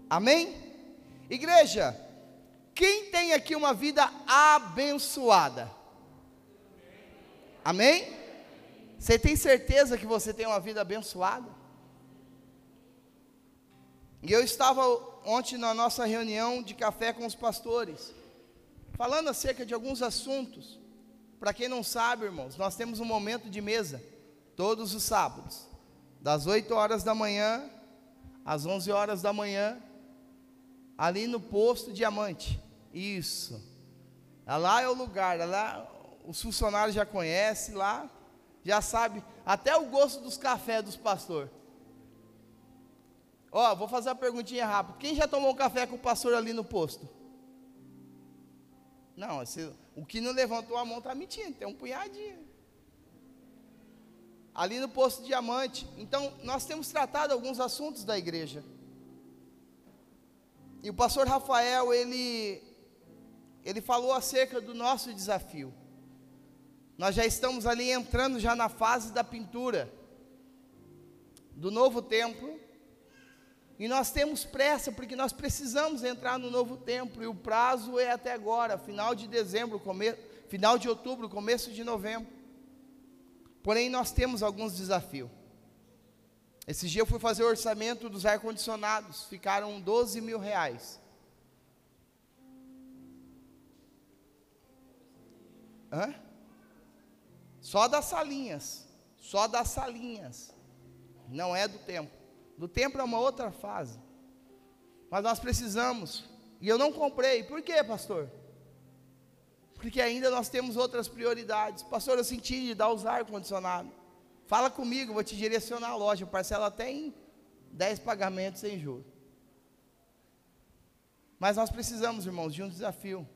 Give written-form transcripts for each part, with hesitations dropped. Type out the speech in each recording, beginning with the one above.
Amém? Igreja, quem tem aqui uma vida abençoada? Amém? Você tem certeza que você tem uma vida abençoada? E eu estava ontem na nossa reunião de café com os pastores, falando acerca de alguns assuntos. Para quem não sabe, irmãos, nós temos um momento de mesa, todos os sábados, das 8 horas da manhã, às 11 horas da manhã, ali no posto Diamante. Isso, lá é o lugar, lá os funcionários já conhecem, lá já sabe até o gosto dos cafés dos pastores. Vou fazer uma perguntinha rápida. Quem já tomou um café com o pastor ali no posto? Não, o que não levantou a mão está mentindo, tem um punhadinho. Ali no posto Diamante. Então, nós temos tratado alguns assuntos da igreja. E o pastor Rafael, ele falou acerca do nosso desafio. Nós já estamos ali entrando já na fase da pintura do novo templo. E nós temos pressa, porque nós precisamos entrar no novo templo, e o prazo é até agora, final de dezembro, final de outubro, começo de novembro. Porém, nós temos alguns desafios. Esse dia eu fui fazer o orçamento dos ar-condicionados, ficaram R$12.000. Só das salinhas, não é do templo. Do templo é uma outra fase, mas nós precisamos, e eu não comprei. Por quê, pastor? Porque ainda nós temos outras prioridades. Pastor, eu senti de dar os ar-condicionado. Fala comigo, vou te direcionar a loja, parcela até em 10 pagamentos sem juros. Mas nós precisamos, irmãos, de um desafio,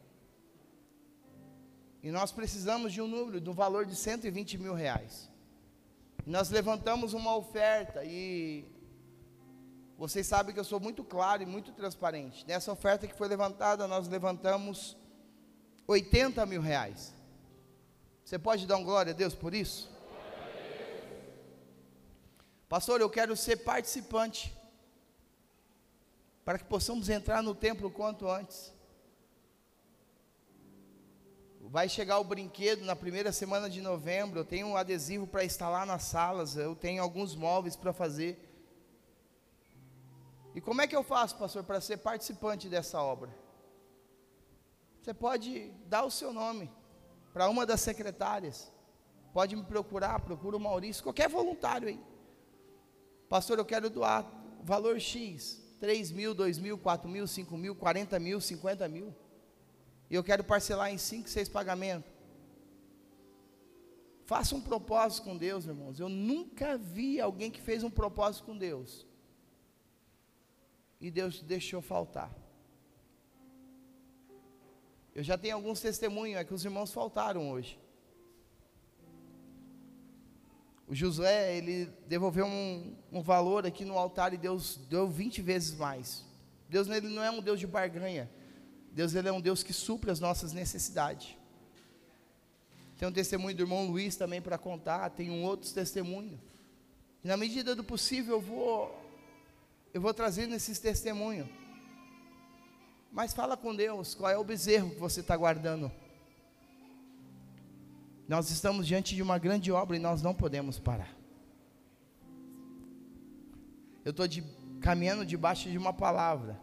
e nós precisamos de um número, do valor de R$120.000. E nós levantamos uma oferta, e vocês sabem que eu sou muito claro e muito transparente. Nessa oferta que foi levantada, nós levantamos R$80.000. Você pode dar um glória a Deus por isso? Pastor, eu quero ser participante, para que possamos entrar no templo o quanto antes. Vai chegar o brinquedo na primeira semana de novembro. Eu tenho um adesivo para instalar nas salas, eu tenho alguns móveis para fazer. E como é que eu faço, pastor, para ser participante dessa obra? Você pode dar o seu nome para uma das secretárias, pode me procurar, procura o Maurício, qualquer voluntário aí. Pastor, eu quero doar valor X, 3.000, 2.000, 4.000, 5.000, 40.000, 50.000, e eu quero parcelar em 5, 6 pagamentos. Faça um propósito com Deus, irmãos. Eu nunca vi alguém que fez um propósito com Deus e Deus deixou faltar. Eu já tenho alguns testemunhos, é que os irmãos faltaram hoje. O Josué, ele devolveu um valor aqui no altar, e Deus deu 20 vezes mais. Deus, ele não é um Deus de barganha. Deus, ele é um Deus que supre as nossas necessidades. Tem um testemunho do irmão Luiz também para contar, tem um outro testemunho. E na medida do possível eu vou trazendo esses testemunhos. Mas fala com Deus, qual é o bezerro que você está guardando? Nós estamos diante de uma grande obra e nós não podemos parar. Eu estou caminhando debaixo de uma palavra.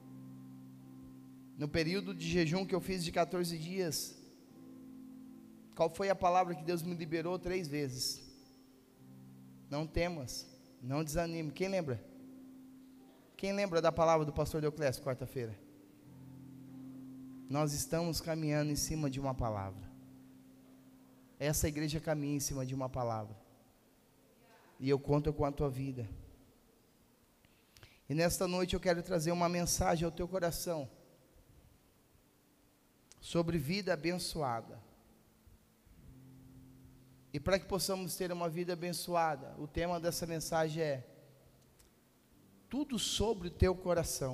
No período de jejum que eu fiz de 14 dias, qual foi a palavra que Deus me liberou 3 vezes? Não temas, não desanime. Quem lembra? Quem lembra da palavra do pastor Deoclésio, quarta-feira? Nós estamos caminhando em cima de uma palavra. Essa igreja caminha em cima de uma palavra. E eu conto com a tua vida. E nesta noite eu quero trazer uma mensagem ao teu coração sobre vida abençoada. E para que possamos ter uma vida abençoada, o tema dessa mensagem é tudo sobre o teu coração.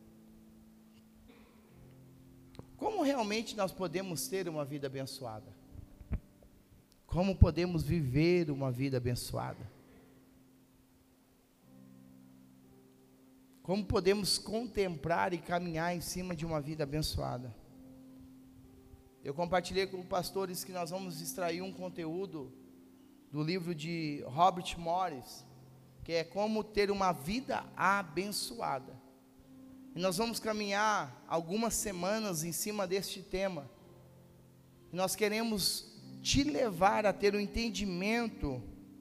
Como realmente nós podemos ter uma vida abençoada? Como podemos viver uma vida abençoada? Como podemos contemplar e caminhar em cima de uma vida abençoada? Eu compartilhei com os pastores que nós vamos extrair um conteúdo do livro de Robert Morris, que é como ter uma vida abençoada. E nós vamos caminhar algumas semanas em cima deste tema. E nós queremos te levar a ter um entendimento,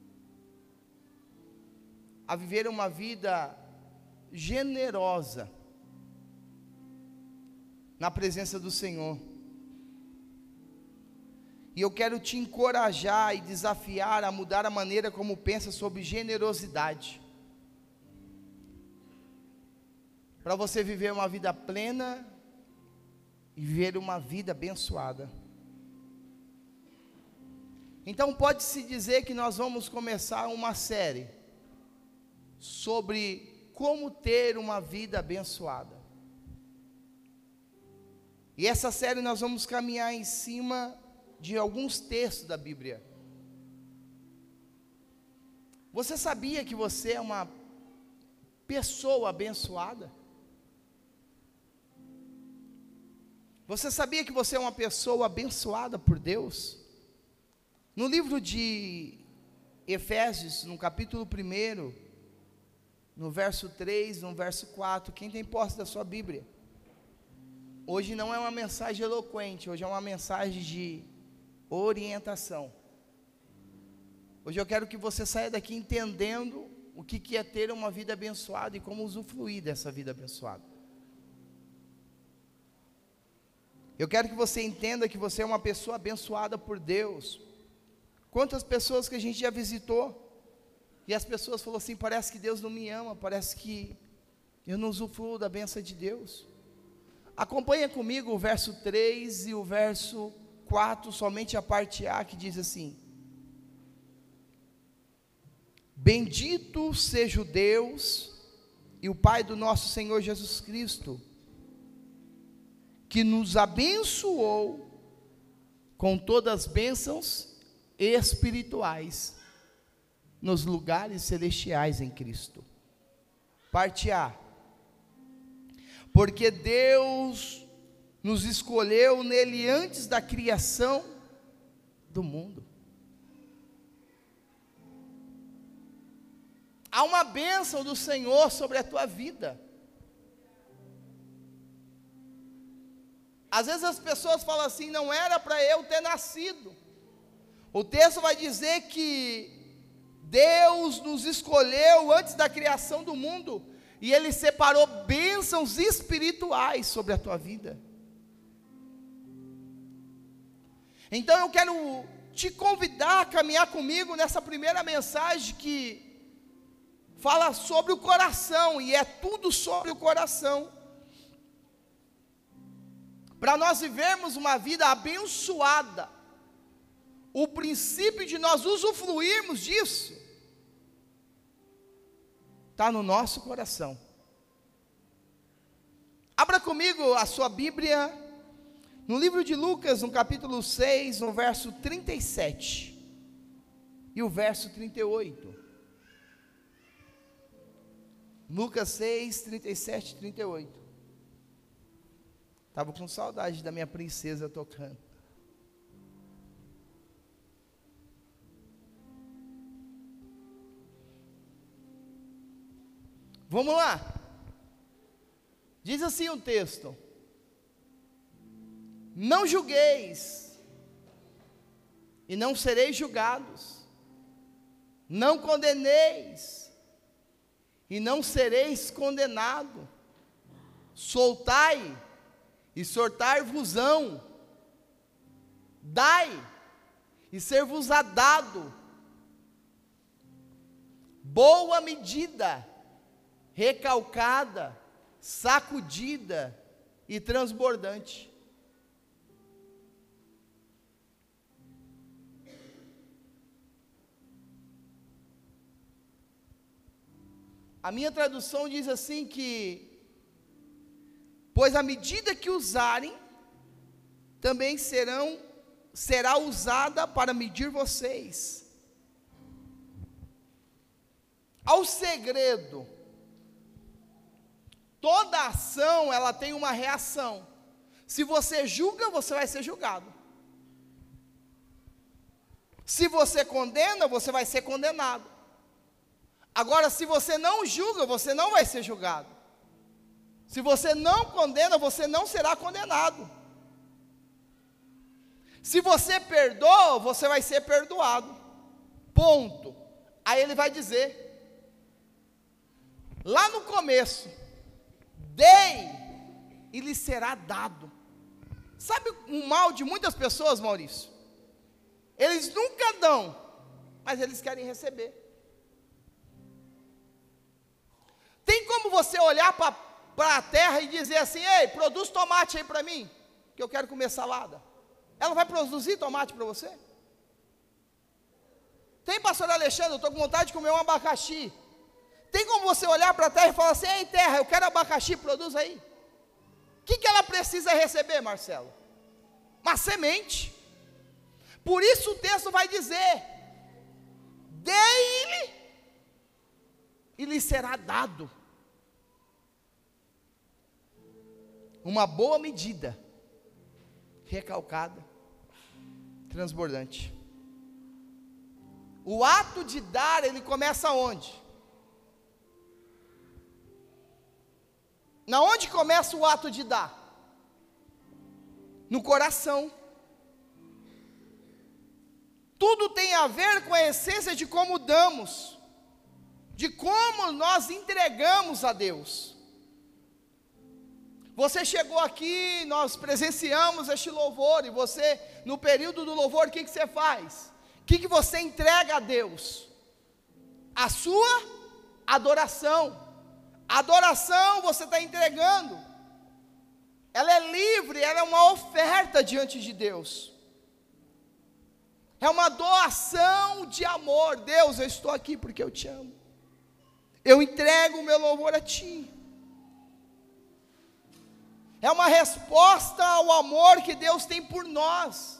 a viver uma vida generosa na presença do Senhor. E eu quero te encorajar e desafiar a mudar a maneira como pensa sobre generosidade, para você viver uma vida plena e viver uma vida abençoada. Então pode-se dizer que nós vamos começar uma série sobre como ter uma vida abençoada. E essa série nós vamos caminhar em cima de alguns textos da Bíblia. Você sabia que você é uma pessoa abençoada? Você sabia que você é uma pessoa abençoada por Deus? No livro de Efésios, no capítulo 1, no verso 3, no verso 4, quem tem posse da sua Bíblia? Hoje não é uma mensagem eloquente, hoje é uma mensagem de orientação. Hoje eu quero que você saia daqui entendendo o que é ter uma vida abençoada e como usufruir dessa vida abençoada. Eu quero que você entenda que você é uma pessoa abençoada por Deus. Quantas pessoas que a gente já visitou, e as pessoas falaram assim, parece que Deus não me ama, parece que eu não usufruo da bênção de Deus. Acompanha comigo o verso 3 e o verso 4, somente a parte A, que diz assim: Bendito seja o Deus e o Pai do nosso Senhor Jesus Cristo, que nos abençoou com todas as bênçãos espirituais nos lugares celestiais em Cristo. Parte A: porque Deus nos escolheu nele antes da criação do mundo. Há uma bênção do Senhor sobre a tua vida. Às vezes as pessoas falam assim, não era para eu ter nascido. O texto vai dizer que Deus nos escolheu antes da criação do mundo, e Ele separou bênçãos espirituais sobre a tua vida. Então eu quero te convidar a caminhar comigo nessa primeira mensagem que fala sobre o coração, e é tudo sobre o coração. Para nós vivermos uma vida abençoada, o princípio de nós usufruirmos disso está no nosso coração. Abra comigo a sua Bíblia no livro de Lucas, no capítulo 6, no verso 37 e o verso 38. Lucas 6, 37 e 38. Estava com saudade da minha princesa tocando. Vamos lá. Diz assim o texto: Não julgueis, e não sereis julgados. Não condeneis, e não sereis condenado. Soltai, e soltar-vos-ão. Dai, e ser-vos-á dado. Boa medida, recalcada, sacudida e transbordante. A minha tradução diz assim que, pois a medida que usarem, também será usada para medir vocês. Ao segredo Toda ação, ela tem uma reação. Se você julga, você vai ser julgado. Se você condena, você vai ser condenado. Agora, se você não julga, você não vai ser julgado. Se você não condena, você não será condenado. Se você perdoa, você vai ser perdoado. Ponto. Aí ele vai dizer, lá no começo, dei e lhe será dado. Sabe o mal de muitas pessoas, Maurício? Eles nunca dão, mas eles querem receber. Tem como você olhar para a terra e dizer assim, ei, produz tomate aí para mim, que eu quero comer salada. Ela vai produzir tomate para você? Tem, pastor Alexandre, eu estou com vontade de comer um abacaxi. Tem como você olhar para a terra e falar assim, ei terra, eu quero abacaxi, produz aí. O que ela precisa receber, Marcelo? Uma semente. Por isso o texto vai dizer, dê-lhe e lhe será dado. Uma boa medida, recalcada, transbordante. O ato de dar, ele começa onde? Na onde começa o ato de dar? No coração. Tudo tem a ver com a essência de como damos, de como nós entregamos a Deus. Você chegou aqui, nós presenciamos este louvor, e você, no período do louvor, o que você faz? O que você entrega a Deus? A sua adoração. A adoração você está entregando. Ela é livre, ela é uma oferta diante de Deus. É uma doação de amor. Deus, eu estou aqui porque eu te amo. Eu entrego o meu louvor a ti. É uma resposta ao amor que Deus tem por nós.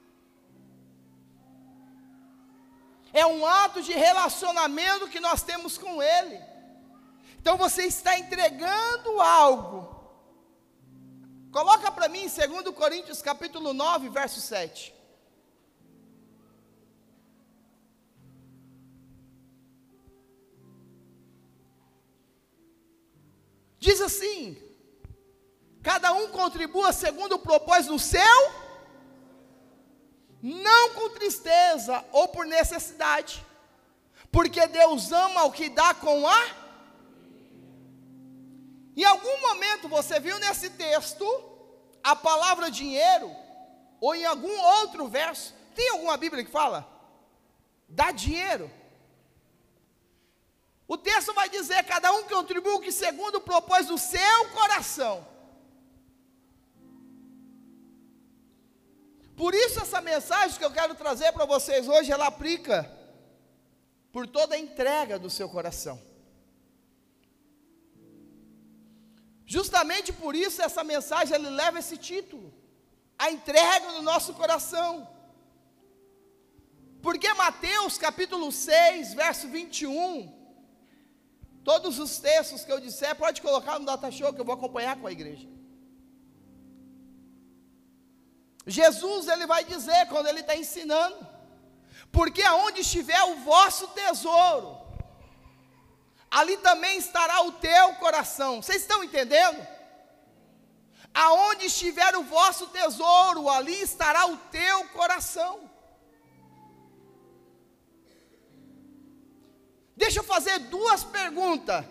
É um ato de relacionamento que nós temos com Ele. Então você está entregando algo. Coloca para mim em 2 Coríntios capítulo 9, verso 7. Diz assim, cada um contribua segundo o propósito do seu, não com tristeza ou por necessidade, porque Deus ama o que dá com a... Em algum momento você viu nesse texto a palavra dinheiro, ou em algum outro verso, tem alguma Bíblia que fala? Dá dinheiro. O texto vai dizer, cada um contribui o que segundo o propósito do seu coração. Por isso essa mensagem que eu quero trazer para vocês hoje, ela aplica por toda a entrega do seu coração. Justamente por isso essa mensagem, ela leva esse título, a entrega do nosso coração. Porque Mateus capítulo 6, verso 21, todos os textos que eu disser, pode colocar no data show que eu vou acompanhar com a igreja. Jesus, ele vai dizer, quando ele está ensinando, porque aonde estiver o vosso tesouro, ali também estará o teu coração. Vocês estão entendendo? Aonde estiver o vosso tesouro, ali estará o teu coração. Deixa eu fazer duas perguntas.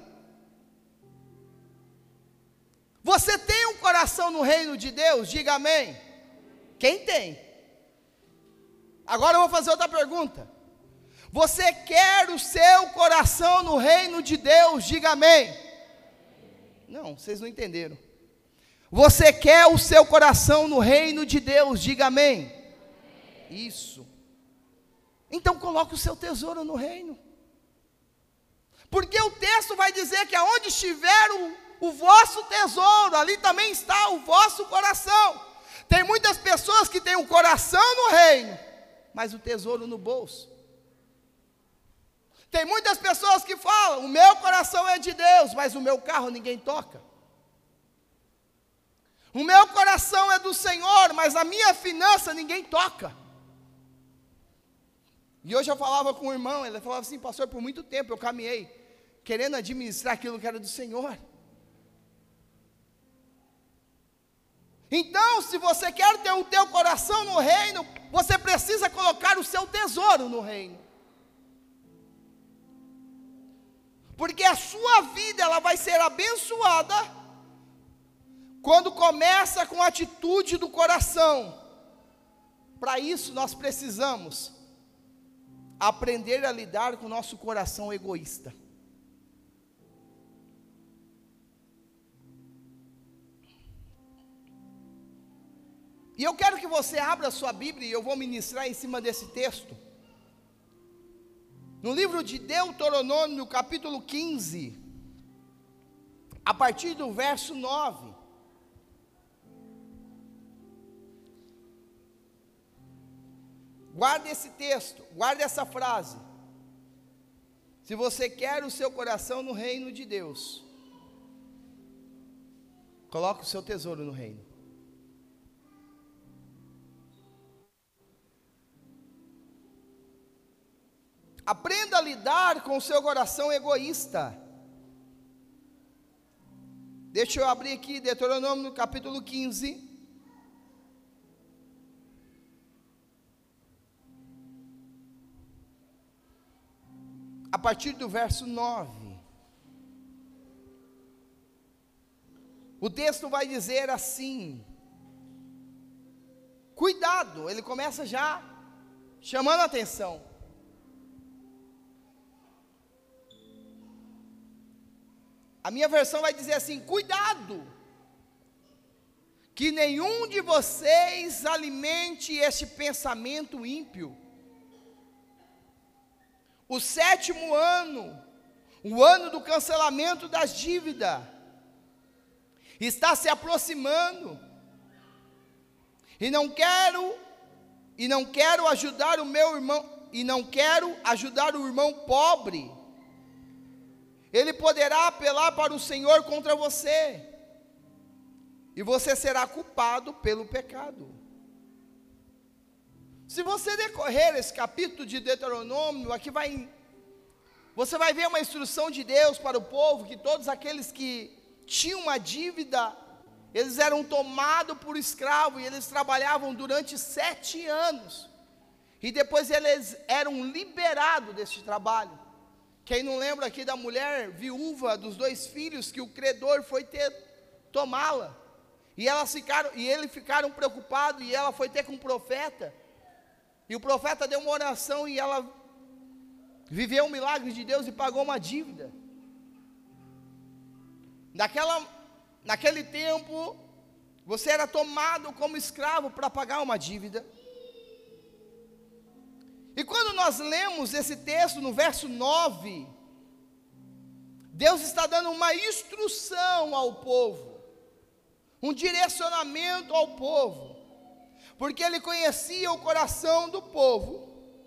Você tem um coração no reino de Deus? Diga amém. Quem tem? Agora eu vou fazer outra pergunta. Você quer o seu coração no reino de Deus? Diga amém. Não, vocês não entenderam. Você quer o seu coração no reino de Deus? Diga amém. Isso. Então coloque o seu tesouro no reino. Porque o texto vai dizer que aonde estiver o vosso tesouro, ali também está o vosso coração. Tem muitas pessoas que têm o coração no reino, mas o tesouro no bolso. Tem muitas pessoas que falam, o meu coração é de Deus, mas o meu carro ninguém toca. O meu coração é do Senhor, mas a minha finança ninguém toca. E hoje eu falava com um irmão, ele falava assim: pastor, por muito tempo eu caminhei querendo administrar aquilo que era do Senhor. Então, se você quer ter o teu coração no reino, você precisa colocar o seu tesouro no reino. Porque a sua vida, ela vai ser abençoada quando começa com a atitude do coração. Para isso nós precisamos aprender a lidar com o nosso coração egoísta. E eu quero que você abra a sua Bíblia, e eu vou ministrar em cima desse texto. No livro de Deuteronômio, capítulo 15, a partir do verso 9. Guarde esse texto, guarde essa frase. Se você quer o seu coração no reino de Deus, coloque o seu tesouro no reino. Aprenda a lidar com o seu coração egoísta. Deixa eu abrir aqui Deuteronômio no capítulo 15. A partir do verso 9. O texto vai dizer assim: cuidado, ele começa já chamando a atenção. A minha versão vai dizer assim: cuidado, que nenhum de vocês alimente este pensamento ímpio. O 7º ano, o ano do cancelamento das dívidas, está se aproximando, e não quero ajudar o meu irmão, e não quero ajudar o irmão pobre. Ele poderá apelar para o Senhor contra você, e você será culpado pelo pecado. Se você decorrer esse capítulo de Deuteronômio, você vai ver uma instrução de Deus para o povo, que todos aqueles que tinham uma dívida, eles eram tomados por escravo, e eles trabalhavam durante 7 anos, e depois eles eram liberados desse trabalho. Quem não lembra aqui da mulher viúva dos 2 filhos, que o credor foi tomá-la, e eles ficaram preocupados, e ela foi ter com o profeta, e o profeta deu uma oração, e ela viveu um milagre de Deus e pagou uma dívida. Naquele tempo, você era tomado como escravo para pagar uma dívida. E quando nós lemos esse texto no verso 9, Deus está dando uma instrução ao povo, um direcionamento ao povo, porque Ele conhecia o coração do povo.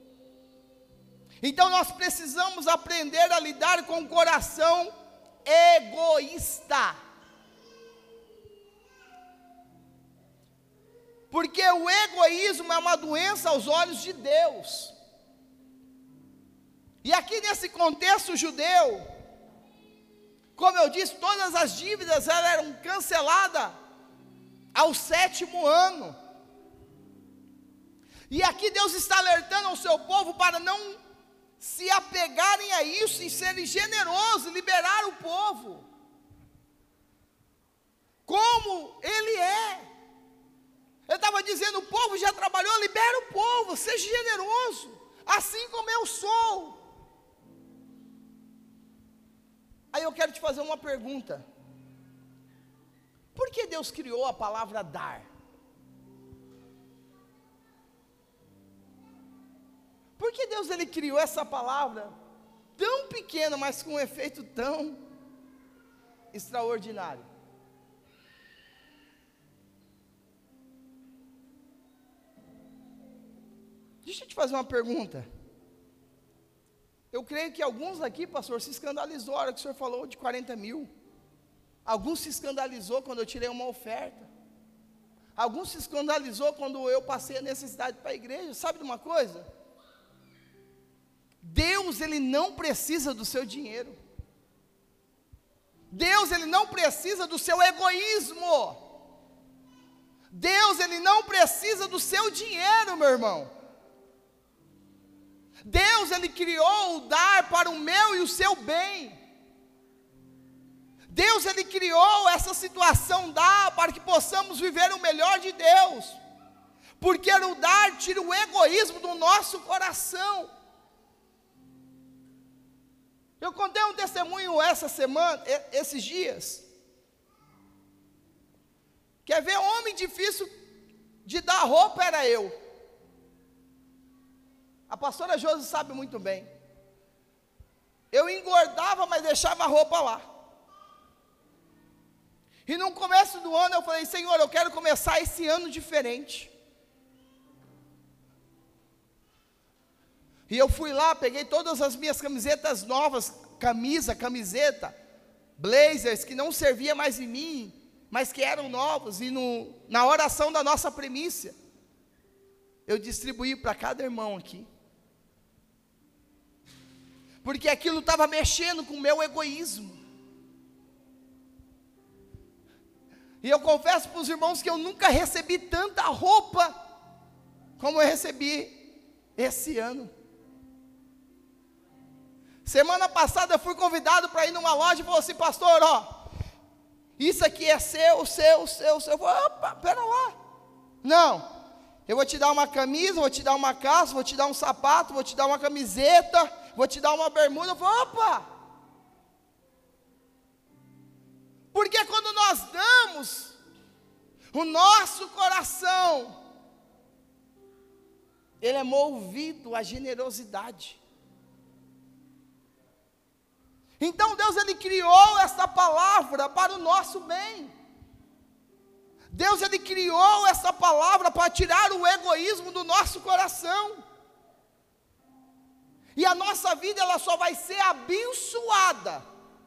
Então nós precisamos aprender a lidar com o coração egoísta, porque o egoísmo é uma doença aos olhos de Deus. E aqui nesse contexto judeu, como eu disse, todas as dívidas elas eram canceladas ao 7º ano. E aqui Deus está alertando ao seu povo para não se apegarem a isso, e serem generosos, liberar o povo, como Ele é. Ele estava dizendo: o povo já trabalhou, libera o povo, seja generoso, assim como eu sou. Aí eu quero te fazer uma pergunta: por que Deus criou a palavra dar? Por que Deus ele criou essa palavra tão pequena, mas com um efeito tão extraordinário? Deixa eu te fazer uma pergunta. Eu creio que alguns aqui, pastor, se escandalizou a hora que o senhor falou de 40 mil. Alguns se escandalizou quando eu tirei uma oferta. Alguns se escandalizou quando eu passei a necessidade para a igreja. Sabe de uma coisa? Deus, Ele não precisa do seu dinheiro. Deus, Ele não precisa do seu egoísmo. Deus, Ele não precisa do seu dinheiro, meu irmão. Deus, Ele criou o dar para o meu e o seu bem. Deus, Ele criou essa situação dar para que possamos viver o melhor de Deus. Porque o dar tira o egoísmo do nosso coração. Eu contei um testemunho essa semana, esses dias. Quer ver, homem difícil de dar roupa era eu. A pastora Josi sabe muito bem. Eu engordava, mas deixava a roupa lá. E no começo do ano eu falei, Senhor, eu quero começar esse ano diferente. E eu fui lá, peguei todas as minhas camisetas novas, camiseta, blazers, que não servia mais em mim, mas que eram novos, e na oração da nossa primícia, eu distribuí para cada irmão aqui. Porque aquilo estava mexendo com o meu egoísmo. E eu confesso para os irmãos que eu nunca recebi tanta roupa como eu recebi esse ano. Semana passada eu fui convidado para ir numa loja e falou assim, pastor, ó, isso aqui é seu. Eu falei, opa, pera lá. Não, eu vou te dar uma camisa, vou te dar uma calça, vou te dar um sapato, vou te dar uma camiseta, vou te dar uma bermuda. Eu falei, opa. Porque quando nós damos, o nosso coração, ele é movido à generosidade. Então Deus, Ele criou essa palavra para o nosso bem. Deus, Ele criou essa palavra para tirar o egoísmo do nosso coração. E a nossa vida, ela só vai ser abençoada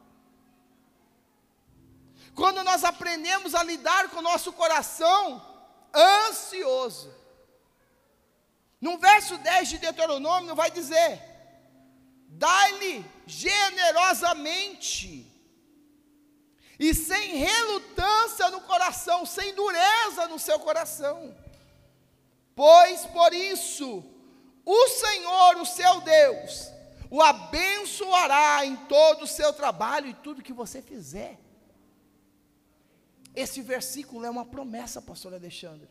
quando nós aprendemos a lidar com o nosso coração ansioso. No verso 10 de Deuteronômio vai dizer, dai-lhe generosamente, e sem relutância no coração, sem dureza no seu coração, pois por isso, o Senhor, o seu Deus, o abençoará em todo o seu trabalho e tudo que você fizer. Esse versículo é uma promessa, pastor Alexandre.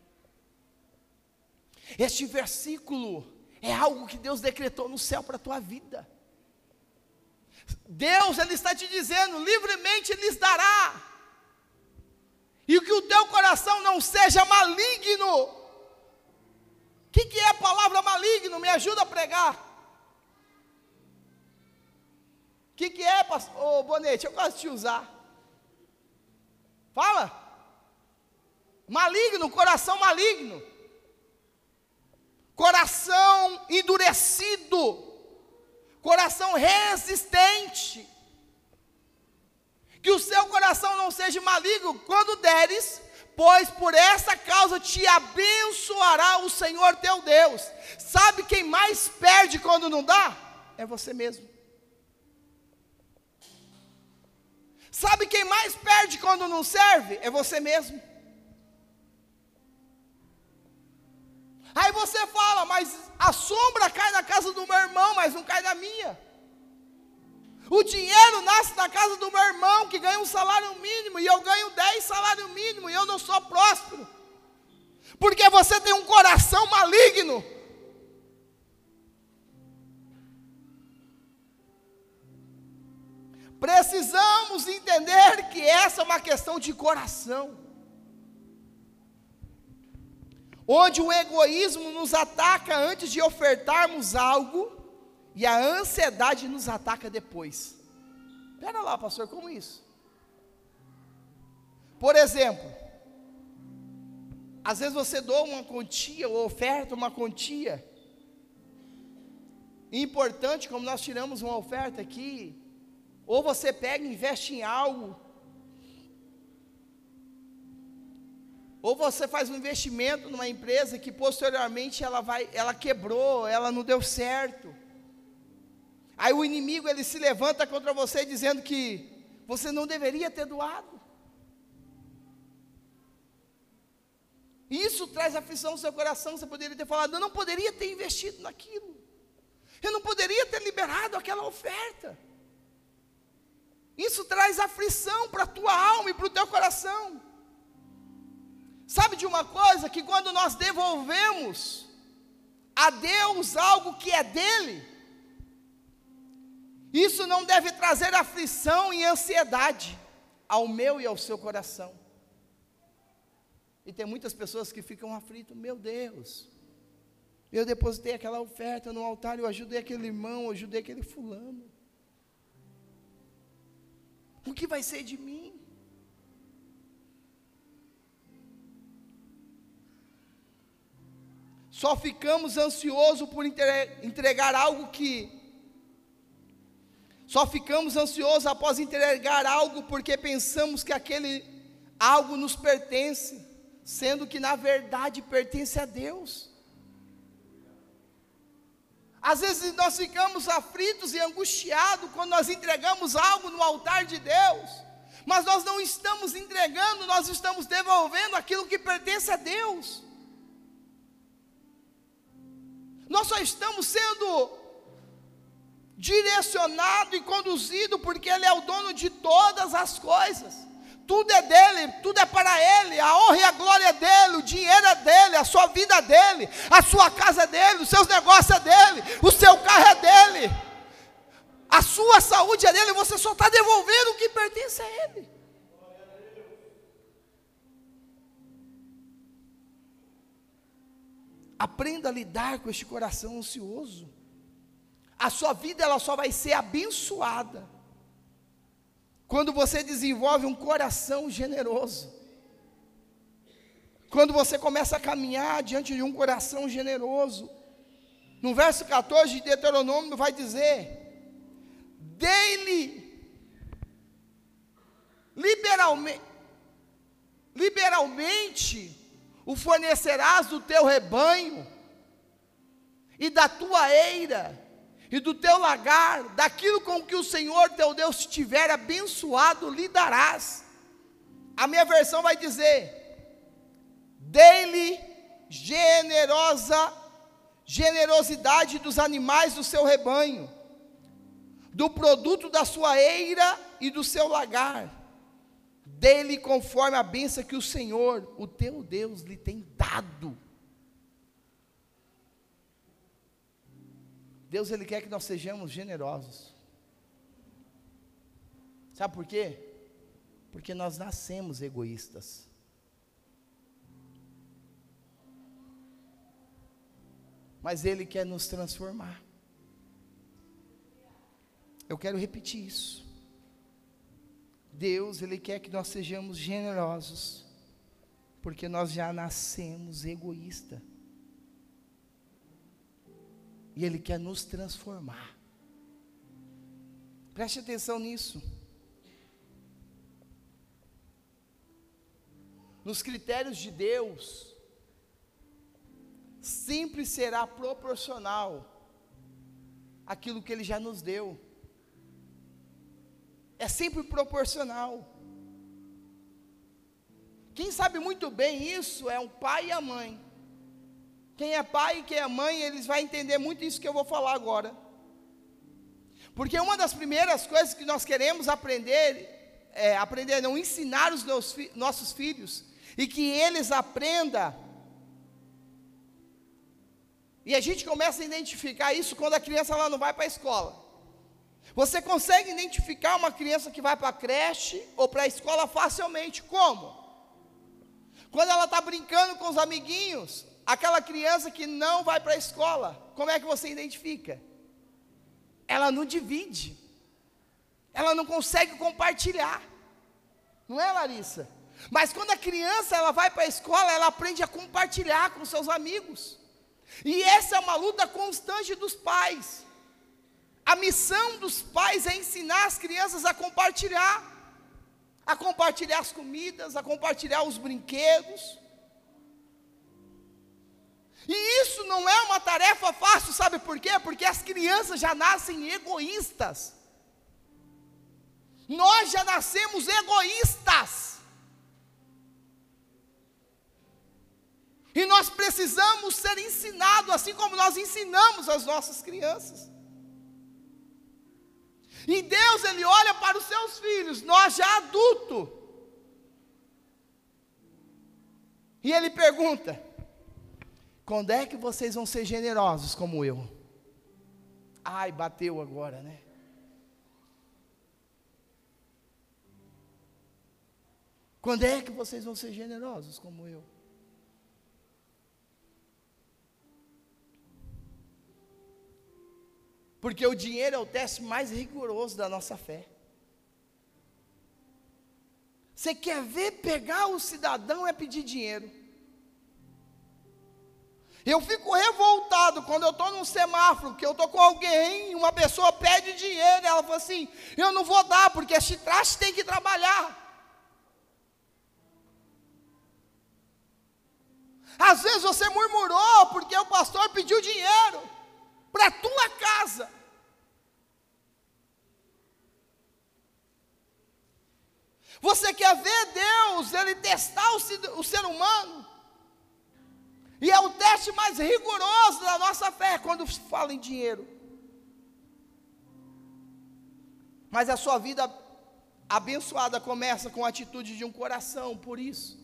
Este versículo é algo que Deus decretou no céu para a tua vida. Deus, Ele está te dizendo, livremente lhes dará. E que o teu coração não seja maligno. O que é a palavra maligno? Me ajuda a pregar. O que é, pastor Bonete? Eu gosto de te usar. Fala. Maligno, coração maligno. Coração endurecido. Coração resistente. Que o seu coração não seja maligno quando deres, pois por essa causa te abençoará o Senhor teu Deus. Sabe quem mais perde quando não dá? É você mesmo. Sabe quem mais perde quando não serve? É você mesmo. Aí você fala, mas a sombra cai na casa do meu irmão, mas não cai na minha. O dinheiro nasce na casa do meu irmão, que ganha um salário mínimo, e eu ganho 10 salários mínimos, e eu não sou próspero. Porque você tem um coração maligno. Precisamos entender que essa é uma questão de coração. Onde o egoísmo nos ataca antes de ofertarmos algo, e a ansiedade nos ataca depois. Pera lá, pastor, como isso? Por exemplo, às vezes você doa uma quantia, ou oferta uma quantia importante, como nós tiramos uma oferta aqui, ou você pega e investe em algo, Ou você faz um investimento numa empresa que posteriormente ela quebrou, ela não deu certo. Aí o inimigo ele se levanta contra você dizendo que você não deveria ter doado. Isso traz aflição no seu coração. Você poderia ter falado: eu não poderia ter investido naquilo. Eu não poderia ter liberado aquela oferta. Isso traz aflição para a tua alma e para o teu coração. Sabe de uma coisa? Que quando nós devolvemos a Deus algo que é dele, isso não deve trazer aflição e ansiedade ao meu e ao seu coração. E tem muitas pessoas que ficam aflitas: meu Deus, eu depositei aquela oferta no altar, eu ajudei aquele irmão, eu ajudei aquele fulano. O que vai ser de mim? Só ficamos ansiosos por entregar algo Só ficamos ansiosos após entregar algo porque pensamos que aquele algo nos pertence, sendo que na verdade pertence a Deus. Às vezes nós ficamos aflitos e angustiados quando nós entregamos algo no altar de Deus, mas nós não estamos entregando, nós estamos devolvendo aquilo que pertence a Deus. Nós só estamos sendo direcionado e conduzido porque Ele é o dono de todas as coisas. Tudo é dele, tudo é para Ele. A honra e a glória é dele, o dinheiro é dele, a sua vida é dele, a sua casa é dele, os seus negócios é dele, o seu carro é dele, a sua saúde é dele. Você só está devolvendo o que pertence a Ele. Aprenda a lidar com este coração ansioso. A sua vida ela só vai ser abençoada quando você desenvolve um coração generoso. Quando você começa a caminhar diante de um coração generoso. No verso 14 de Deuteronômio vai dizer: dei-lhe liberalmente o fornecerás do teu rebanho, e da tua eira, e do teu lagar, daquilo com que o Senhor teu Deus te tiver abençoado, lhe darás. A minha versão vai dizer: dei-lhe generosidade dos animais do seu rebanho, do produto da sua eira e do seu lagar, dele conforme a bênção que o Senhor, o teu Deus, lhe tem dado. Deus, Ele quer que nós sejamos generosos. Sabe por quê? Porque nós nascemos egoístas. Mas Ele quer nos transformar. Eu quero repetir isso. Deus, Ele quer que nós sejamos generosos, porque nós já nascemos egoístas. E Ele quer nos transformar. Preste atenção nisso. Nos critérios de Deus, sempre será proporcional àquilo que Ele já nos deu. É sempre proporcional. Quem sabe muito bem isso é o pai e a mãe. Quem é pai e quem é mãe, eles vão entender muito isso que eu vou falar agora. Porque uma das primeiras coisas que nós queremos ensinar os nossos filhos, e que eles aprendam, e a gente começa a identificar isso quando a criança ela não vai para a escola. Você consegue identificar uma criança que vai para a creche ou para a escola facilmente. Como? Quando ela está brincando com os amiguinhos, aquela criança que não vai para a escola, como é que você identifica? Ela não divide, ela não consegue compartilhar, não é, Larissa? Mas quando a criança ela vai para a escola, ela aprende a compartilhar com seus amigos, e essa é uma luta constante dos pais. A missão dos pais é ensinar as crianças a compartilhar as comidas, a compartilhar os brinquedos, E isso não é uma tarefa fácil, sabe por quê? Porque as crianças já nascem egoístas. Nós já nascemos egoístas. E nós precisamos ser ensinados, assim como nós ensinamos as nossas crianças. E Deus, Ele olha para os seus filhos, nós já adultos. E Ele pergunta: quando é que vocês vão ser generosos como eu? Ai, bateu agora, né? Quando é que vocês vão ser generosos como eu? Porque o dinheiro é o teste mais rigoroso da nossa fé. Você quer ver pegar o cidadão é pedir dinheiro. Eu fico revoltado quando eu estou num semáforo, que eu estou com alguém, uma pessoa pede dinheiro, e ela fala assim: eu não vou dar, porque esse traste tem que trabalhar. Às vezes você murmurou, porque o pastor pediu dinheiro para a tua casa. Você quer ver Deus, Ele testar o ser humano? E é o teste mais rigoroso da nossa fé, quando se fala em dinheiro. Mas a sua vida abençoada começa com a atitude de um coração, por isso.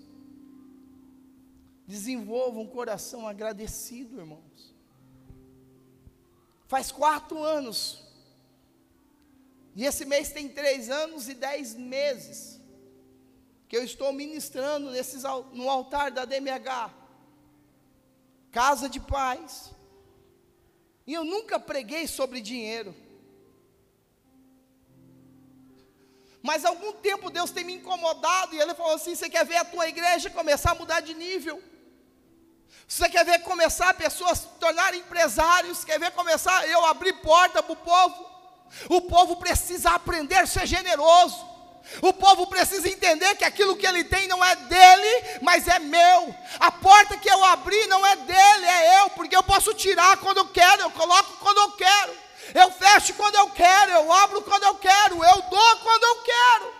Desenvolva um coração agradecido, irmãos. Faz 4 anos, e esse mês tem 3 anos e 10 meses, que eu estou ministrando no altar da DMH, Casa de Paz, e eu nunca preguei sobre dinheiro, mas há algum tempo Deus tem me incomodado, e Ele falou assim: você quer ver a tua igreja começar a mudar de nível? Você quer ver começar pessoas se tornarem empresários? Quer ver começar eu abrir porta para o povo? O povo precisa aprender a ser generoso. O povo precisa entender que aquilo que ele tem não é dele, mas é meu. A porta que eu abri não é dele, é eu, porque eu posso tirar quando eu quero, eu coloco quando eu quero, eu fecho quando eu quero, eu abro quando eu quero, eu dou quando eu quero.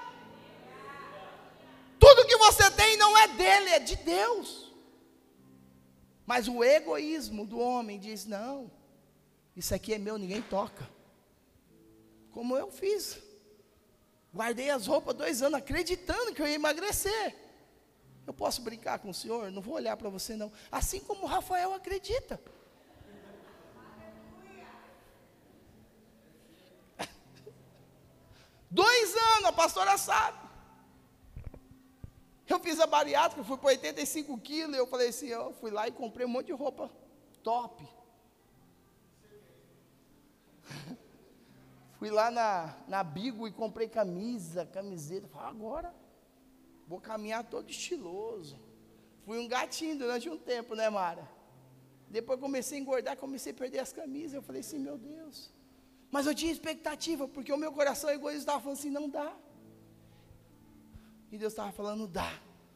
Tudo que você tem não é dele, é de Deus. Mas o egoísmo do homem diz: não, isso aqui é meu, ninguém toca. Como eu fiz. Guardei as roupas 2 anos, acreditando que eu ia emagrecer. Eu posso brincar com o senhor? Não vou olhar para você não. Assim como o Rafael acredita. Dois anos, a pastora sabe. Eu fiz a bariátrica, fui para 85 quilos, eu falei assim, eu fui lá e comprei um monte de roupa top. Fui lá na Bigo e comprei camiseta, falei, agora vou caminhar todo estiloso. Fui um gatinho durante um tempo, né, Mara? Depois comecei a engordar, comecei a perder as camisas, eu falei assim, meu Deus. Mas eu tinha expectativa, porque o meu coração egoísta estava falando assim, não dá. E Deus estava falando, dá.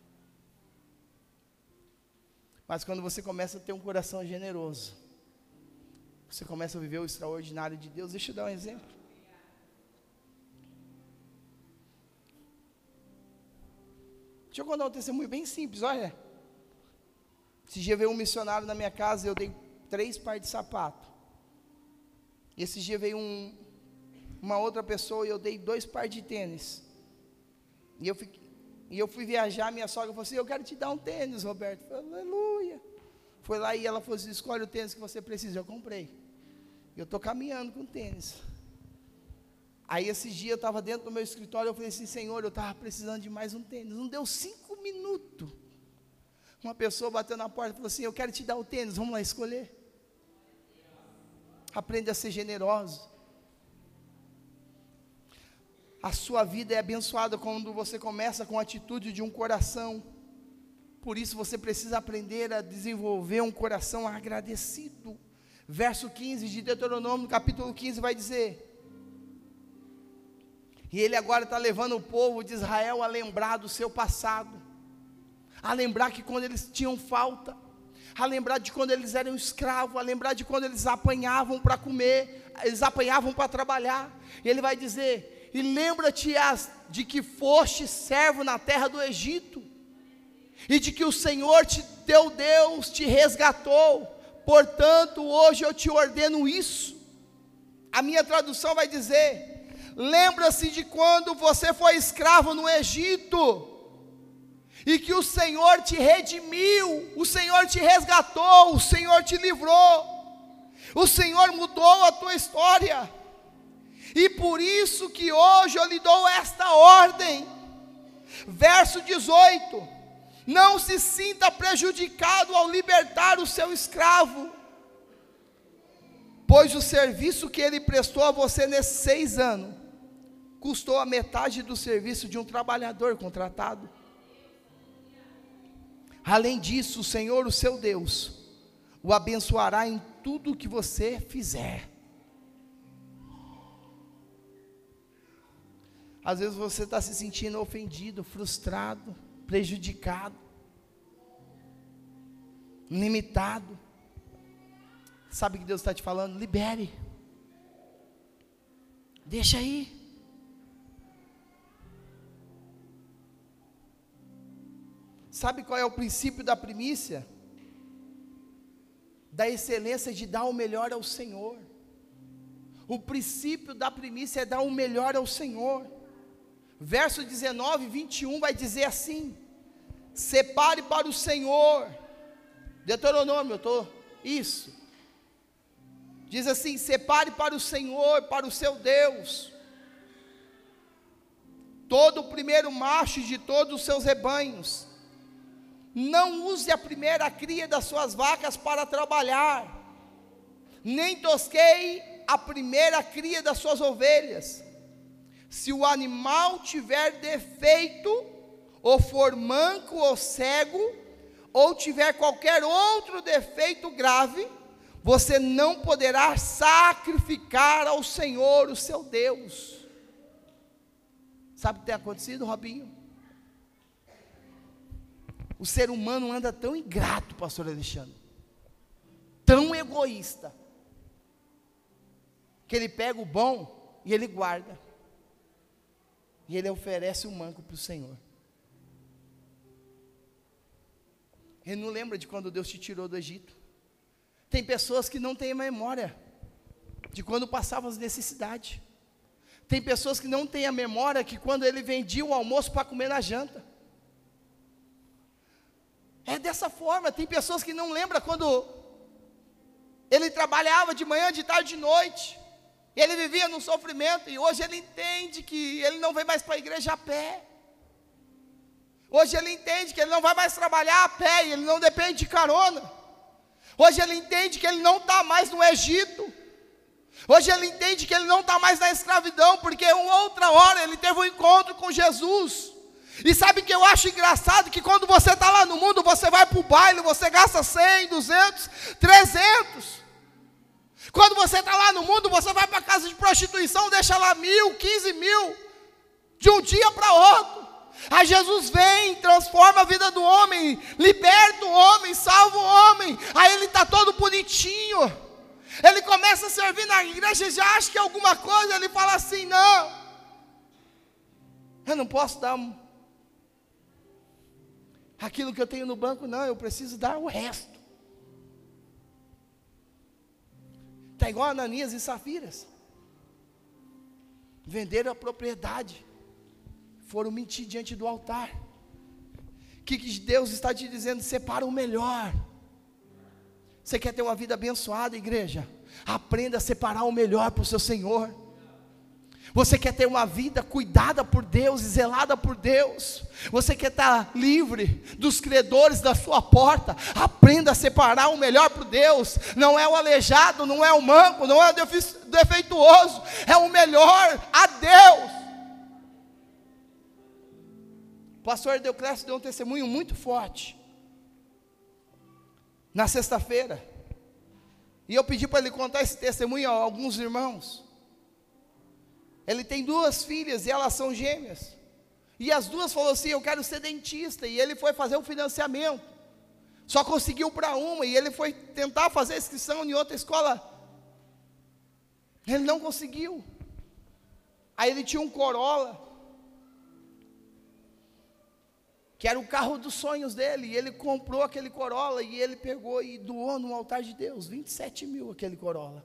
Mas quando você começa a ter um coração generoso, você começa a viver o extraordinário de Deus. Deixa eu dar um exemplo. Deixa eu contar um testemunho bem simples, olha. Esse dia veio um missionário na minha casa, eu dei 3 pares de sapato. Esse dia veio uma outra pessoa e eu dei 2 pares de tênis. E eu fui viajar, minha sogra falou assim, eu quero te dar um tênis, Roberto. Eu falei, aleluia. Foi lá e ela falou assim, escolhe o tênis que você precisa. Eu comprei. Eu estou caminhando com tênis. Aí esse dia eu estava dentro do meu escritório, eu falei assim, Senhor, eu estava precisando de mais um tênis. Não deu 5 minutos. Uma pessoa bateu na porta e falou assim, eu quero te dar o tênis, vamos lá escolher. Aprenda a ser generoso. A sua vida é abençoada quando você começa com a atitude de um coração. Por isso você precisa aprender a desenvolver um coração agradecido. Verso 15 de Deuteronômio, capítulo 15, vai dizer... E ele agora está levando o povo de Israel a lembrar do seu passado. A lembrar que quando eles tinham falta, a lembrar de quando eles eram escravos, a lembrar de quando eles apanhavam para comer, eles apanhavam para trabalhar. E ele vai dizer: e lembra-te de que foste servo na terra do Egito, e de que o Senhor teu Deus te resgatou, portanto hoje eu te ordeno isso. A minha tradução vai dizer: lembra-se de quando você foi escravo no Egito, e que o Senhor te redimiu, o Senhor te resgatou, o Senhor te livrou, o Senhor mudou a tua história, e por isso que hoje eu lhe dou esta ordem. Verso 18: não se sinta prejudicado ao libertar o seu escravo, pois o serviço que ele prestou a você nesses 6 anos, custou a metade do serviço de um trabalhador contratado. Além disso, o Senhor, o seu Deus, o abençoará em tudo que você fizer. Às vezes você está se sentindo ofendido, frustrado, prejudicado, limitado. Sabe o que Deus está te falando? Libere, deixa aí. Sabe qual é o princípio da primícia? Da excelência de dar o melhor ao Senhor. O princípio da primícia é dar o melhor ao Senhor. Verso 19, 21 vai dizer assim: separe para o Senhor. Deuteronômio, isso. Diz assim: separe para o Senhor, para o seu Deus, todo o primeiro macho de todos os seus rebanhos. Não use a primeira cria das suas vacas para trabalhar, nem tosqueie a primeira cria das suas ovelhas. Se o animal tiver defeito, ou for manco ou cego, ou tiver qualquer outro defeito grave, você não poderá sacrificar ao Senhor, o seu Deus. Sabe o que tem acontecido, Robinho? O ser humano anda tão ingrato, pastor Alexandre, tão egoísta, que ele pega o bom e ele guarda, e ele oferece o manco para o Senhor. Ele não lembra de quando Deus te tirou do Egito. Tem pessoas que não têm memória de quando passavam as necessidades. Tem pessoas que não têm a memória que quando ele vendia o almoço para comer na janta. É dessa forma. Tem pessoas que não lembram quando ele trabalhava de manhã, de tarde, de noite, e ele vivia no sofrimento, e hoje ele entende que ele não vem mais para a igreja a pé. Hoje ele entende que ele não vai mais trabalhar a pé, e ele não depende de carona. Hoje ele entende que ele não está mais no Egito. Hoje ele entende que ele não está mais na escravidão, porque uma outra hora ele teve um encontro com Jesus. E sabe o que eu acho engraçado? Que quando você está lá no mundo, você vai para o baile, você gasta 100, 200, 300. Quando você está lá no mundo, você vai para a casa de prostituição, deixa lá 1.000, 15.000, de um dia para outro. Aí Jesus vem, transforma a vida do homem, liberta o homem, salva o homem. Aí ele está todo bonitinho. Ele começa a servir na igreja, já acha que é alguma coisa. Ele fala assim: não, eu não posso dar aquilo que eu tenho no banco, não, eu preciso dar o resto. Está igual Ananias e Safiras. Venderam a propriedade, foram mentir diante do altar. O que Deus está te dizendo? Separa o melhor. Você quer ter uma vida abençoada, igreja? Aprenda a separar o melhor para o seu Senhor. Você quer ter uma vida cuidada por Deus e zelada por Deus? Você quer estar livre dos credores da sua porta? Aprenda a separar o melhor para Deus. Não é o aleijado, não é o manco, não é o defeituoso, é o melhor a Deus. O pastor Deoclésio deu um testemunho muito forte na sexta-feira, e eu pedi para ele contar esse testemunho a alguns irmãos. Ele tem 2 filhas e elas são gêmeas, e as duas falaram assim: eu quero ser dentista, e ele foi fazer o financiamento, Só conseguiu para uma, e ele foi tentar fazer a inscrição em outra escola. Ele não conseguiu. Aí ele tinha um Corolla, que era o carro dos sonhos dele, e ele comprou aquele Corolla, e ele pegou e doou no altar de Deus, 27 mil aquele Corolla.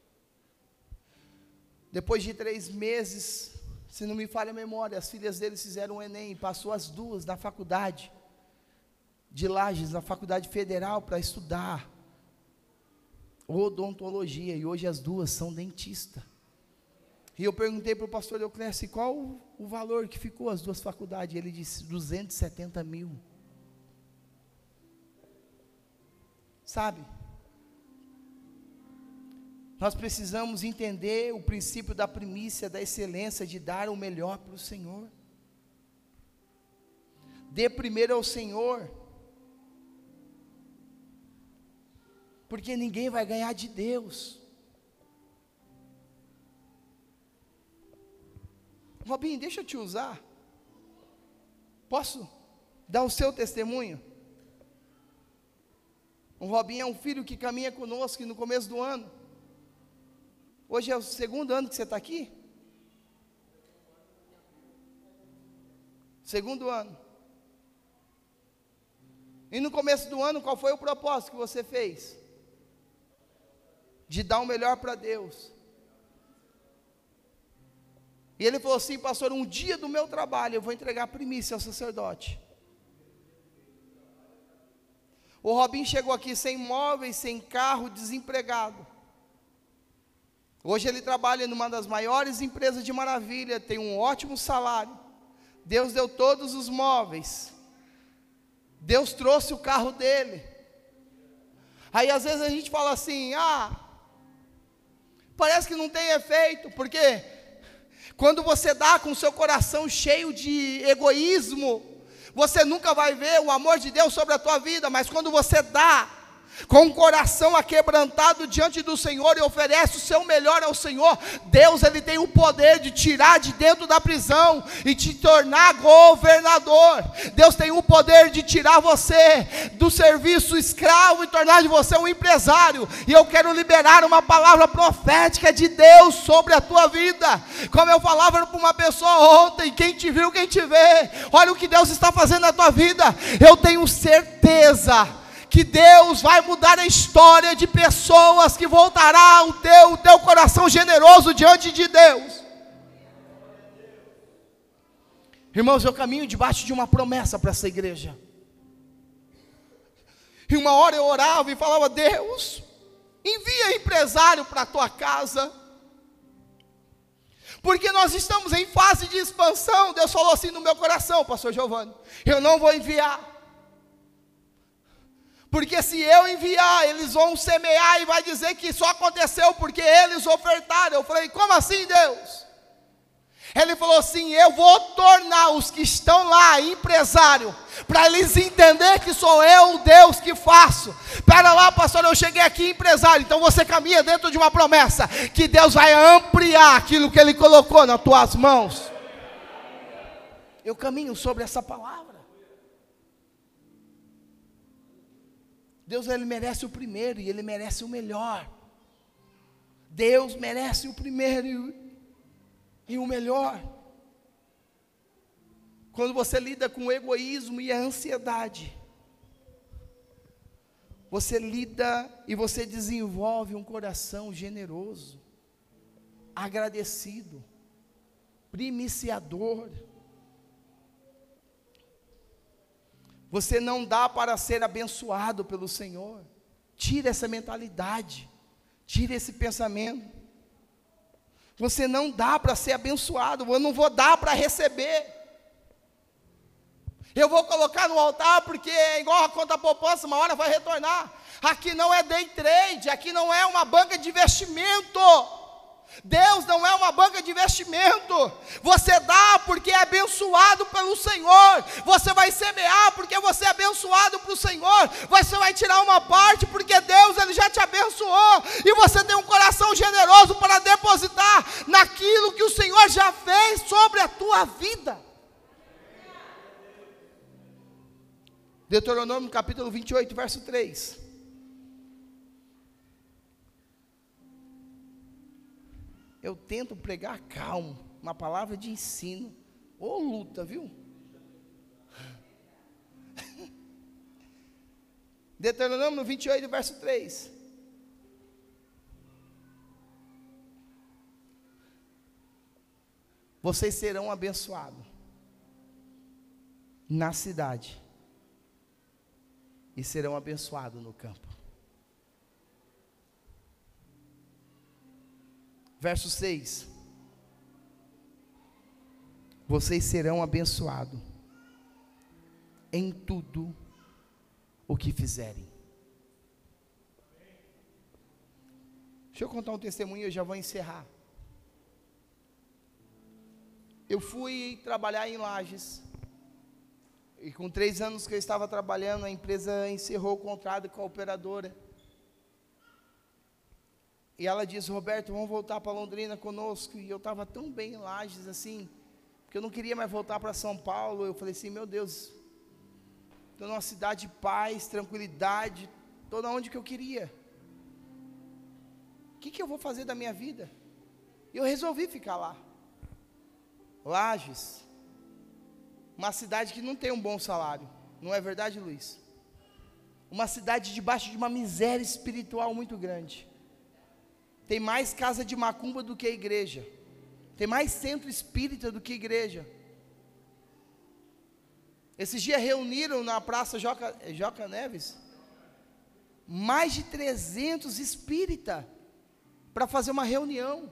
Depois de 3 meses, se não me falha a memória, as filhas dele fizeram o Enem, e passou as duas na faculdade de Lages, na faculdade federal, para estudar odontologia, e hoje as duas são dentistas. E eu perguntei para o pastor Euclésio, qual o valor que ficou as duas faculdades? Ele disse, 270 mil. Sabe? Nós precisamos entender o princípio da primícia, da excelência, de dar o melhor para o Senhor. Dê primeiro ao Senhor, porque ninguém vai ganhar de Deus. Robinho, deixa eu te usar. Posso dar o seu testemunho? O Robinho é um filho que caminha conosco no começo do ano. Hoje é o 2º ano que você está aqui? 2º ano. E no começo do ano, qual foi o propósito que você fez? De dar o melhor para Deus. E ele falou assim, pastor, um dia do meu trabalho eu vou entregar a primícia ao sacerdote. O Robinho chegou aqui sem móveis, sem carro, desempregado. Hoje ele trabalha numa das maiores empresas de Maravilha, tem um ótimo salário. Deus deu todos os móveis. Deus trouxe o carro dele. Aí às vezes a gente fala assim, parece que não tem efeito, porque quando você dá com o seu coração cheio de egoísmo, você nunca vai ver o amor de Deus sobre a tua vida. Mas quando você dá com o coração aquebrantado diante do Senhor e oferece o seu melhor ao Senhor, Deus, Ele tem o poder de tirar de dentro da prisão e te tornar governador. Deus tem o poder de tirar você do serviço escravo e tornar de você um empresário. E eu quero liberar uma palavra profética de Deus sobre a tua vida. Como eu falava para uma pessoa ontem, quem te viu, quem te vê, olha o que Deus está fazendo na tua vida. Eu tenho certeza que Deus vai mudar a história de pessoas, que voltará o teu coração generoso diante de Deus. Irmãos, eu caminho debaixo de uma promessa para essa igreja. E uma hora eu orava e falava, Deus, envia empresário para a tua casa, porque nós estamos em fase de expansão. Deus falou assim no meu coração, pastor Giovanni, eu não vou enviar. Porque se eu enviar, eles vão semear e vai dizer que só aconteceu porque eles ofertaram. Eu falei, como assim, Deus? Ele falou assim, eu vou tornar os que estão lá empresário, para eles entenderem que sou eu o Deus que faço. Pera lá, pastor, eu cheguei aqui empresário. Então você caminha dentro de uma promessa, que Deus vai ampliar aquilo que Ele colocou nas tuas mãos. Eu caminho sobre essa palavra. Deus, Ele merece o primeiro e Ele merece o melhor. Deus merece o primeiro e o melhor. Quando você lida com o egoísmo e a ansiedade, você lida e você desenvolve um coração generoso, agradecido, primiciador. Você não dá para ser abençoado pelo Senhor. Tira essa mentalidade, tira esse pensamento. Você não dá para ser abençoado, eu não vou dar para receber. Eu vou colocar no altar porque é igual a conta poupança, uma hora vai retornar. Aqui não é day trade, aqui não é uma banca de investimento. Deus não é uma banca de investimento. Você dá porque é abençoado pelo Senhor. Você vai semear porque você é abençoado pelo Senhor. Você vai tirar uma parte porque Deus, Ele já te abençoou. E você tem um coração generoso para depositar naquilo que o Senhor já fez sobre a tua vida. Deuteronômio capítulo 28, verso 3. Eu tento pregar calmo, uma palavra de ensino. Ô luta, viu? Deuteronômio 28, verso 3. Vocês serão abençoados na cidade e serão abençoados no campo. Verso 6. Vocês serão abençoados em tudo o que fizerem. Deixa eu contar um testemunho e eu já vou encerrar. Eu fui trabalhar em Lages, e com 3 anos que eu estava trabalhando, a empresa encerrou o contrato com a operadora. E ela disse: Roberto, vamos voltar para Londrina conosco. E eu estava tão bem em Lages, assim, porque eu não queria mais voltar para São Paulo. Eu falei assim, meu Deus, estou numa cidade de paz, tranquilidade, estou onde que eu queria. O que eu vou fazer da minha vida? E eu resolvi ficar lá. Lages, uma cidade que não tem um bom salário, não é verdade, Luiz? Uma cidade debaixo de uma miséria espiritual muito grande. Tem mais casa de macumba do que a igreja. Tem mais centro espírita do que igreja. Esses dias reuniram na praça Joca Neves mais de 300 espíritas para fazer uma reunião.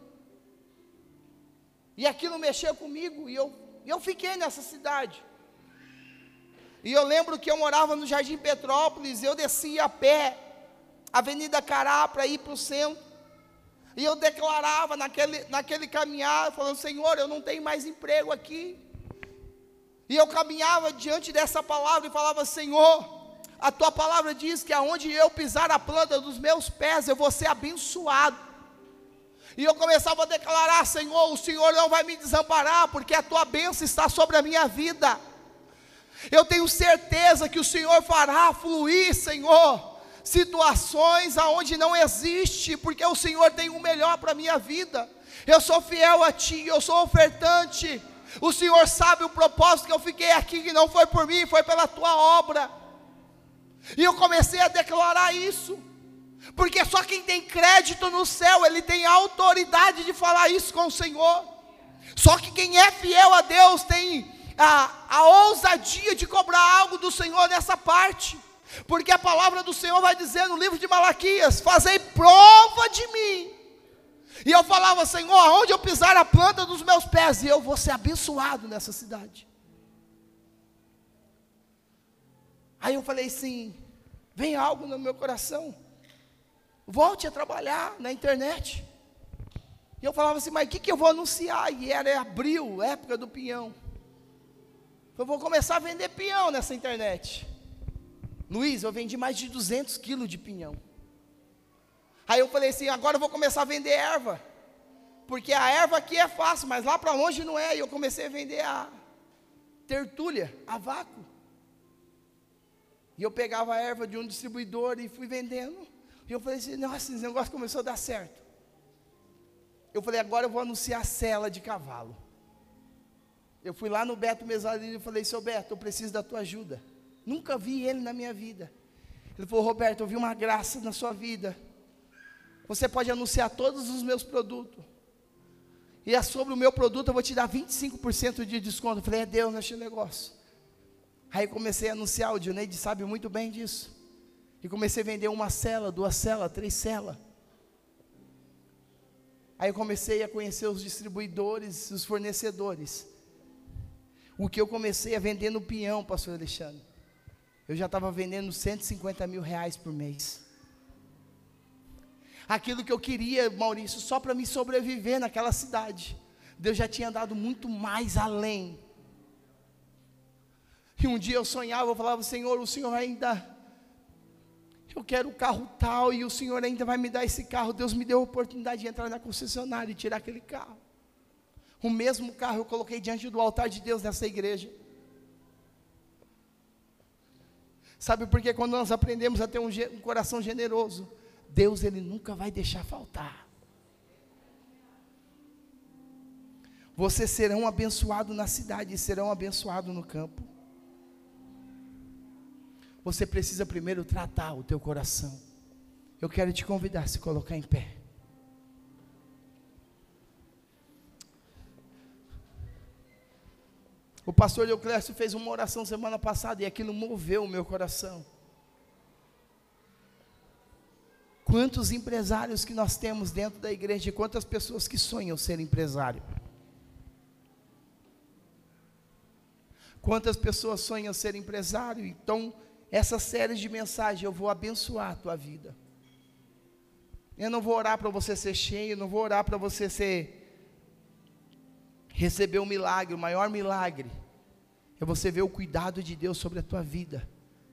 E aquilo mexeu comigo, e eu fiquei nessa cidade. E eu lembro que eu morava no Jardim Petrópolis, eu descia a pé, Avenida Cará, para ir para o centro. E eu declarava naquele caminhar, falando, Senhor, eu não tenho mais emprego aqui. E eu caminhava diante dessa palavra e falava, Senhor, a tua palavra diz que aonde eu pisar a planta dos meus pés, eu vou ser abençoado. E eu começava a declarar, Senhor, o Senhor não vai me desamparar, porque a tua bênção está sobre a minha vida. Eu tenho certeza que o Senhor fará fluir, Senhor, situações aonde não existe, porque o Senhor tem o melhor para a minha vida. Eu sou fiel a Ti, eu sou ofertante. O Senhor sabe o propósito que eu fiquei aqui, que não foi por mim, foi pela Tua obra. E eu comecei a declarar isso, porque só quem tem crédito no céu, ele tem a autoridade de falar isso com o Senhor. Só que quem é fiel a Deus tem a ousadia de cobrar algo do Senhor nessa parte. Porque a palavra do Senhor vai dizer no livro de Malaquias, fazei prova de mim. E eu falava, Senhor, aonde eu pisar a planta dos meus pés, e eu vou ser abençoado nessa cidade. Aí eu falei assim, vem algo no meu coração, volte a trabalhar na internet. E eu falava assim, mas o que eu vou anunciar? E era abril, época do pinhão. Eu vou começar a vender pinhão nessa internet. Luiz, eu vendi mais de 200 quilos de pinhão. Aí eu falei assim, agora eu vou começar a vender erva, porque a erva aqui é fácil, mas lá para longe não é. E eu comecei a vender a tertúlia, a vácuo. E eu pegava a erva de um distribuidor e fui vendendo. E eu falei assim, nossa, esse negócio começou a dar certo. Eu falei, agora eu vou anunciar sela de cavalo. Eu fui lá no Beto Mesalino e falei, seu Beto, eu preciso da tua ajuda. Nunca vi ele na minha vida. Ele falou, Roberto, eu vi uma graça na sua vida. Você pode anunciar todos os meus produtos. E sobre o meu produto eu vou te dar 25% de desconto. Eu falei, é Deus neste negócio. Aí comecei a anunciar, o Dioneide sabe muito bem disso. E comecei a vender uma cela, 2 celas, 3 celas. Aí eu comecei a conhecer os distribuidores, os fornecedores. O que eu comecei a vender no pinhão, pastor Alexandre, eu já estava vendendo 150 mil reais por mês. Aquilo que eu queria, Maurício, só para me sobreviver naquela cidade, Deus já tinha dado muito mais além. E um dia eu sonhava, eu falava, Senhor, o Senhor ainda, eu quero o carro tal, e o Senhor ainda vai me dar esse carro. Deus me deu a oportunidade de entrar na concessionária e tirar aquele carro. O mesmo carro eu coloquei diante do altar de Deus nessa igreja. Sabe por quê? Quando nós aprendemos a ter um coração generoso, Deus, Ele nunca vai deixar faltar. Vocês serão abençoados na cidade e serão abençoados no campo. Você precisa primeiro tratar o teu coração. Eu quero te convidar a se colocar em pé. O pastor Euclésio fez uma oração semana passada e aquilo moveu o meu coração. Quantos empresários que nós temos dentro da igreja e quantas pessoas que sonham ser empresário. Quantas pessoas sonham ser empresário. Então, essa série de mensagens eu vou abençoar a tua vida. Eu não vou orar para você ser cheio, não vou orar para você receber um milagre, o maior milagre é você ver o cuidado de Deus sobre a tua vida.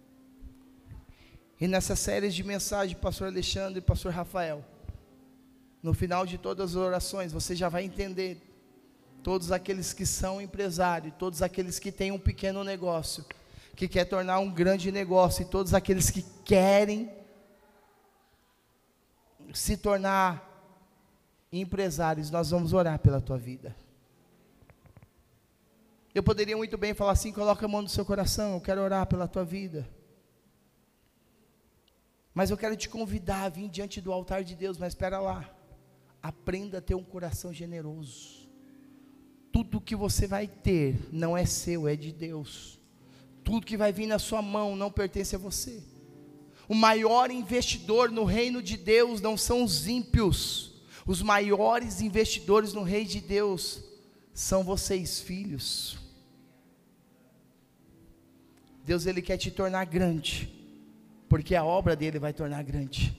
E nessa série de mensagens, pastor Alexandre e pastor Rafael, no final de todas as orações, você já vai entender, todos aqueles que são empresários, todos aqueles que têm um pequeno negócio, que quer tornar um grande negócio, e todos aqueles que querem se tornar empresários, nós vamos orar pela tua vida. Eu poderia muito bem falar assim, coloca a mão no seu coração, eu quero orar pela tua vida. Mas eu quero te convidar a vir diante do altar de Deus, mas espera lá, aprenda a ter um coração generoso. Tudo que você vai ter não é seu, é de Deus. Tudo que vai vir na sua mão não pertence a você. O maior investidor no reino de Deus não são os ímpios. Os maiores investidores no reino de Deus são vocês, filhos. Deus, Ele quer te tornar grande, porque a obra dele vai tornar grande.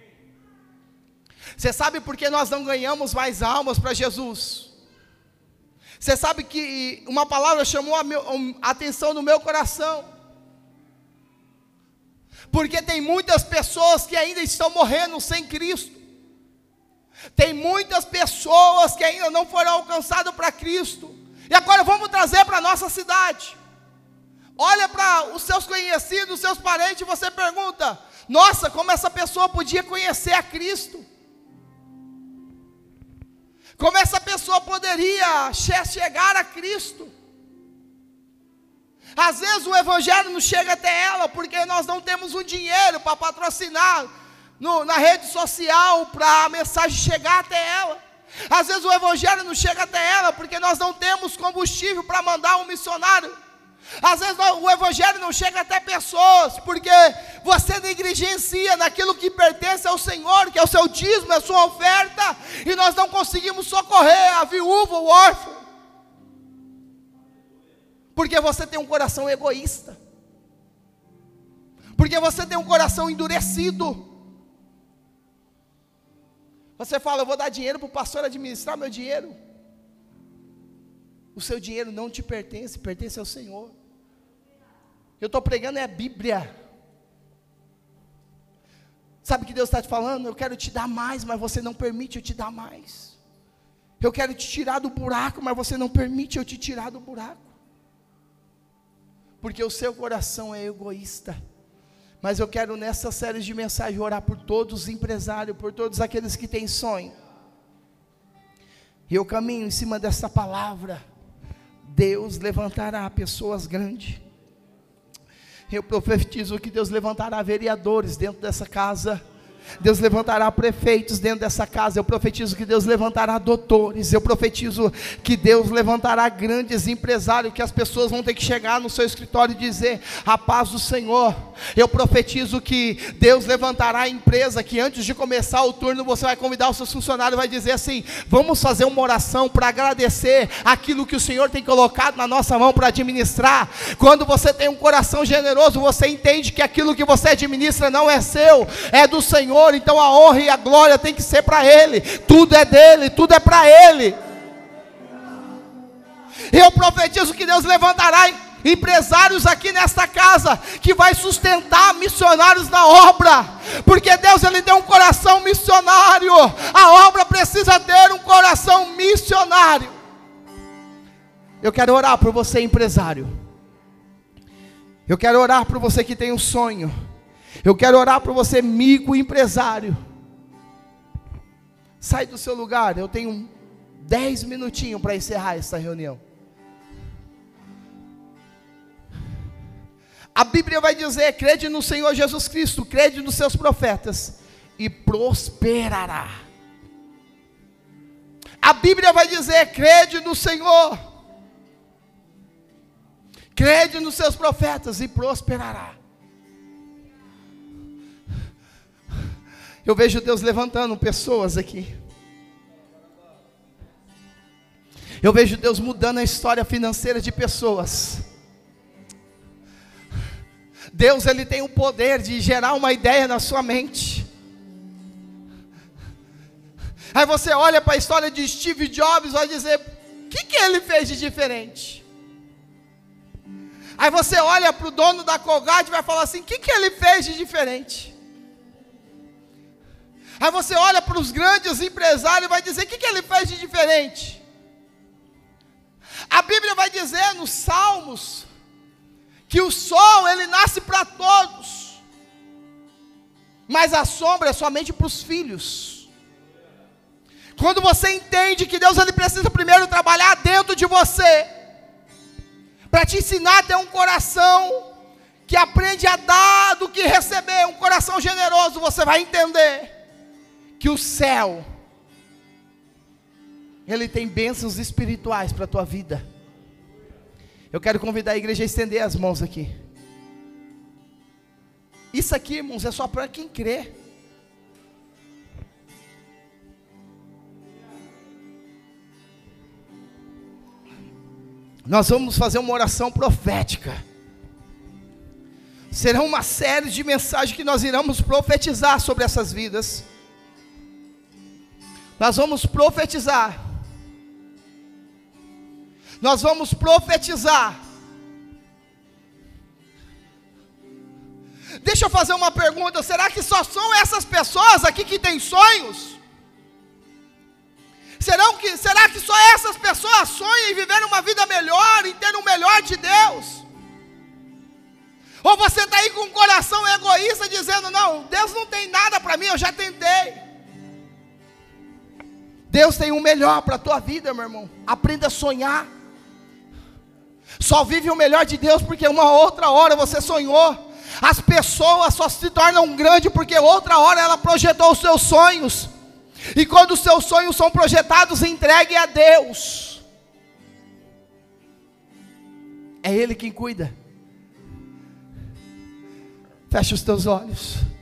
Você sabe por que nós não ganhamos mais almas para Jesus? Você sabe que uma palavra chamou a atenção no meu coração, porque tem muitas pessoas que ainda estão morrendo sem Cristo, tem muitas pessoas que ainda não foram alcançadas para Cristo, e agora vamos trazer para a nossa cidade. Olha para os seus conhecidos, os seus parentes, e você pergunta, nossa, como essa pessoa podia conhecer a Cristo? Como essa pessoa poderia chegar a Cristo? Às vezes o evangelho não chega até ela, porque nós não temos o dinheiro para patrocinar na rede social, para a mensagem chegar até ela. Às vezes o evangelho não chega até ela, porque nós não temos combustível para mandar um missionário. Às vezes o evangelho não chega até pessoas, porque você negligencia naquilo que pertence ao Senhor, que é o seu dízimo, a sua oferta, e nós não conseguimos socorrer a viúva, o órfão, porque você tem um coração egoísta, porque você tem um coração endurecido. Você fala, eu vou dar dinheiro para o pastor administrar meu dinheiro. O seu dinheiro não te pertence, pertence ao Senhor. Eu estou pregando é a Bíblia. Sabe o que Deus está te falando? Eu quero te dar mais, mas você não permite eu te dar mais. Eu quero te tirar do buraco, mas você não permite eu te tirar do buraco. Porque o seu coração é egoísta. Mas eu quero nessa série de mensagens orar por todos os empresários, por todos aqueles que têm sonho. E eu caminho em cima dessa palavra. Deus levantará pessoas grandes. Eu profetizo que Deus levantará vereadores dentro dessa casa. Deus levantará prefeitos dentro dessa casa. Eu profetizo que Deus levantará doutores. Eu profetizo que Deus levantará grandes empresários, que as pessoas vão ter que chegar no seu escritório e dizer, a paz do Senhor. Eu profetizo que Deus levantará a empresa, que antes de começar o turno, você vai convidar os seus funcionários, vai dizer assim, vamos fazer uma oração para agradecer aquilo que o Senhor tem colocado na nossa mão para administrar. Quando você tem um coração generoso, você entende que aquilo que você administra não é seu, é do Senhor. Então a honra e a glória tem que ser para Ele. Tudo é dele, tudo é para Ele. Eu profetizo que Deus levantará empresários aqui nesta casa, que vai sustentar missionários na obra, porque Deus, Ele deu um coração missionário. A obra precisa ter um coração missionário. Eu quero orar por você, empresário. Eu quero orar por você que tem um sonho. Eu quero orar por você, microempresário. Sai do seu lugar, eu tenho 10 minutinhos para encerrar essa reunião. A Bíblia vai dizer: crede no Senhor Jesus Cristo, crede nos seus profetas, e prosperará. A Bíblia vai dizer: crede no Senhor, crede nos seus profetas, e prosperará. Eu vejo Deus levantando pessoas aqui. Eu vejo Deus mudando a história financeira de pessoas. Deus, Ele tem o poder de gerar uma ideia na sua mente. Aí você olha para a história de Steve Jobs e vai dizer: o que ele fez de diferente? Aí você olha para o dono da Colgate e vai falar assim: o que ele fez de diferente? Aí você olha para os grandes empresários e vai dizer: o que ele fez de diferente? A Bíblia vai dizer nos Salmos que o sol ele nasce para todos, mas a sombra é somente para os filhos. Quando você entende que Deus ele precisa primeiro trabalhar dentro de você, para te ensinar a ter um coração que aprende a dar do que receber, um coração generoso, você vai entender que o céu ele tem bênçãos espirituais para a tua vida. Eu quero convidar a igreja a estender as mãos aqui. Isso aqui, irmãos, é só para quem crê. Nós vamos fazer uma oração profética. Será uma série de mensagens que nós iremos profetizar sobre essas vidas. Nós vamos profetizar. Nós vamos profetizar. Deixa eu fazer uma pergunta: será que só são essas pessoas aqui que têm sonhos? Será que só essas pessoas sonham em viver uma vida melhor, em ter o melhor de Deus? Ou você está aí com um coração egoísta dizendo: não, Deus não tem nada para mim, eu já tentei. Deus tem o melhor para a tua vida, meu irmão. Aprenda a sonhar. Só vive o melhor de Deus porque uma outra hora você sonhou. As pessoas só se tornam grandes porque outra hora ela projetou os seus sonhos. E quando os seus sonhos são projetados, entregue a Deus. É Ele quem cuida. Fecha os teus olhos.